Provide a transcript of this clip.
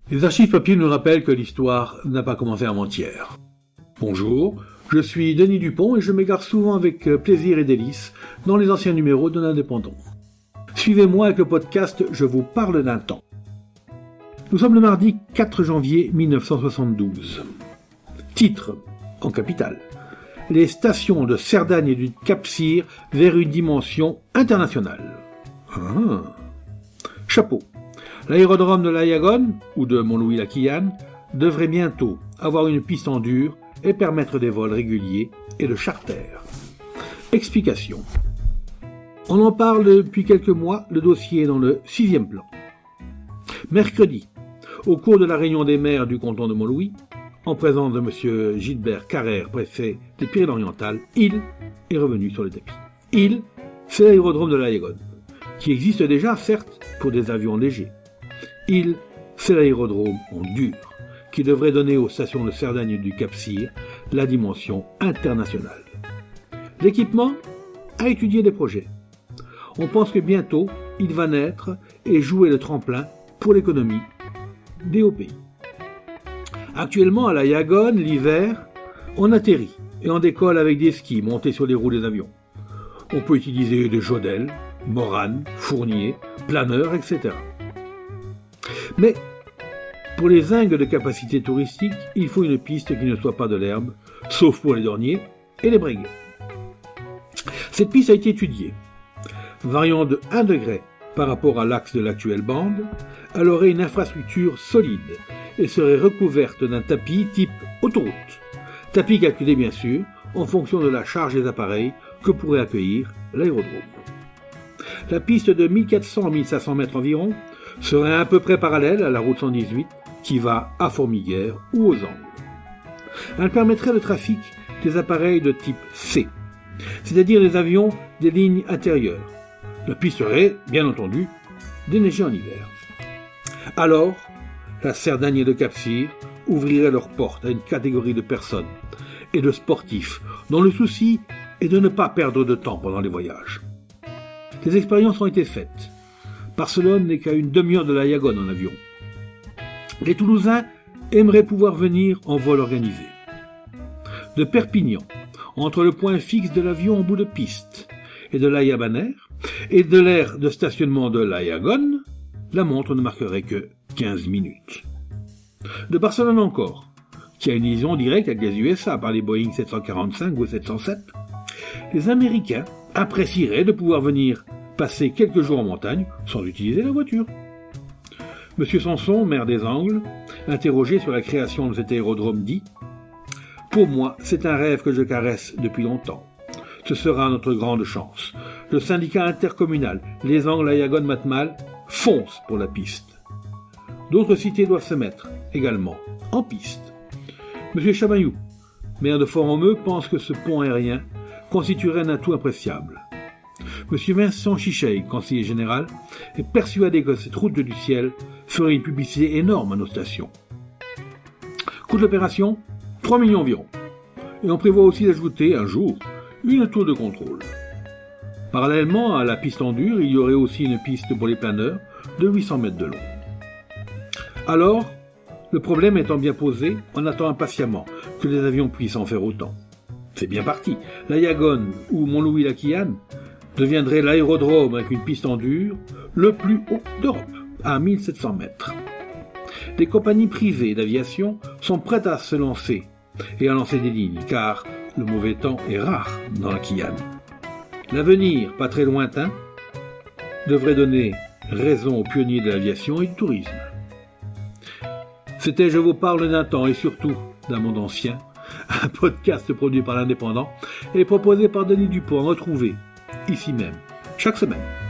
Les archives papier nous rappellent que l'histoire n'a pas commencé avant-hier. Bonjour, je suis Denis Dupont et je m'égare souvent avec plaisir et délice dans les anciens numéros de l'Indépendant. Suivez-moi avec le podcast Je vous parle d'un temps. Nous sommes le mardi 4 janvier 1972. Titre, en capitale. Les stations de Cerdagne et du Cap-Cyr vers une dimension internationale. Chapeau. L'aérodrome de l'Ayagone, ou de Montlouis-la-Quillanne, devrait bientôt avoir une piste en dur et permettre des vols réguliers et de charter. Explication. On en parle depuis quelques mois, le dossier est dans le 6e plan. Mercredi, au cours de la réunion des maires du canton de Montlouis, en présence de M. Gilbert Carrère, préfet des Pyrénées-Orientales, il est revenu sur le tapis. Il, c'est l'aérodrome de l'Ayagone, qui existe déjà, certes, pour des avions légers. Il, c'est l'aérodrome en dur, qui devrait donner aux stations de Cerdagne et du Cap-Cyr la dimension internationale. L'équipement a étudié des projets. On pense que bientôt, il va naître et jouer le tremplin pour l'économie des hauts pays. Actuellement, à l'Ayagone, l'hiver, on atterrit et on décolle avec des skis montés sur les roues des avions. On peut utiliser des Jodel, Morane, Fournier, planeurs, etc. Mais, pour les zingues de capacité touristique, il faut une piste qui ne soit pas de l'herbe, sauf pour les dorniers et les breguets. Cette piste a été étudiée. Variant de 1 degré par rapport à l'axe de l'actuelle bande, elle aurait une infrastructure solide et serait recouverte d'un tapis type autoroute. Tapis calculé bien sûr en fonction de la charge des appareils que pourrait accueillir l'aérodrome. La piste de 1400 à 1500 mètres environ serait à peu près parallèle à la route 118 qui va à Formiguères ou aux Angles. Elle permettrait le trafic des appareils de type C, c'est-à-dire les avions des lignes intérieures. La piste serait, bien entendu, déneigée en hiver. Alors, la Cerdagne et le Cap-Cyr ouvriraient leurs portes à une catégorie de personnes et de sportifs dont le souci est de ne pas perdre de temps pendant les voyages. Des expériences ont été faites. Barcelone n'est qu'à une demi-heure de l'Ayagone en avion. Les Toulousains aimeraient pouvoir venir en vol organisé. De Perpignan, entre le point fixe de l'avion en bout de piste et de l'Ayabaner, et de l'aire de stationnement de l'Ayagone, la montre ne marquerait que 15 minutes. De Barcelone encore, qui a une liaison directe avec les USA par les Boeing 745 ou 707, les Américains apprécieraient de pouvoir venir passer quelques jours en montagne sans utiliser la voiture. Monsieur Sanson, maire des Angles, interrogé sur la création de cet aérodrome, dit « Pour moi, c'est un rêve que je caresse depuis longtemps. Ce sera notre grande chance. Le syndicat intercommunal, les Angles, Ayagone, Matmal, fonce pour la piste. D'autres cités doivent se mettre, également, en piste. Monsieur Chamaillou, maire de Fort-Romeu, pense que ce pont aérien constituerait un atout appréciable. Monsieur Vincent Chicheil, conseiller général, est persuadé que cette route du ciel ferait une publicité énorme à nos stations. Coût de l'opération, 3 millions environ. Et on prévoit aussi d'ajouter, un jour, une tour de contrôle. Parallèlement à la piste en dur, il y aurait aussi une piste pour les planeurs de 800 mètres de long. Alors, le problème étant bien posé, on attend impatiemment que les avions puissent en faire autant. C'est bien parti. L'Ayagone ou Montlouis-la-Quillanne deviendrait l'aérodrome avec une piste en dur le plus haut d'Europe, à 1700 mètres. Des compagnies privées d'aviation sont prêtes à se lancer et à lancer des lignes, car le mauvais temps est rare dans la Quillanne. L'avenir, pas très lointain, devrait donner raison aux pionniers de l'aviation et du tourisme. C'était Je vous parle d'un temps et surtout d'un monde ancien, un podcast produit par l'Indépendant et proposé par Denis Dupont, retrouvé ici même, chaque semaine.